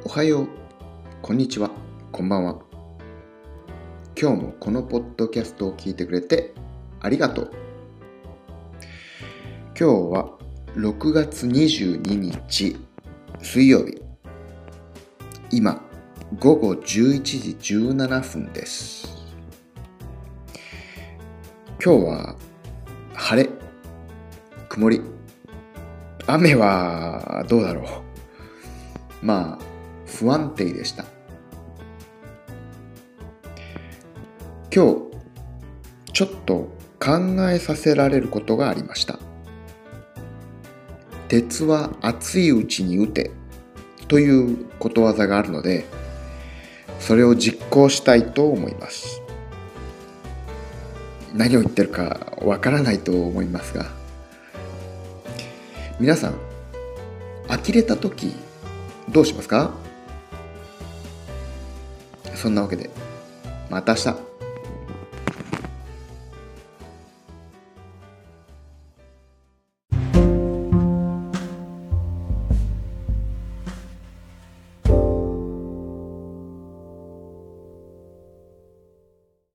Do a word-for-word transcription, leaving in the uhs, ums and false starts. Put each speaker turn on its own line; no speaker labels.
おはよう、こんにちは、こんばんは。今日もこのポッドキャストを聞いてくれてありがとう。今日はろくがつにじゅうににち水曜日。今ごごじゅういちじじゅうななふんです。今日は晴れ、曇り、雨はどうだろう。まあ不安定でした。今日ちょっと考えさせられることがありました。鉄は熱いうちに打てということわざがあるので、それを実行したいと思います。何を言ってるかわからないと思いますが、皆さん呆れた時どうしますか？そんなわけでまた明日。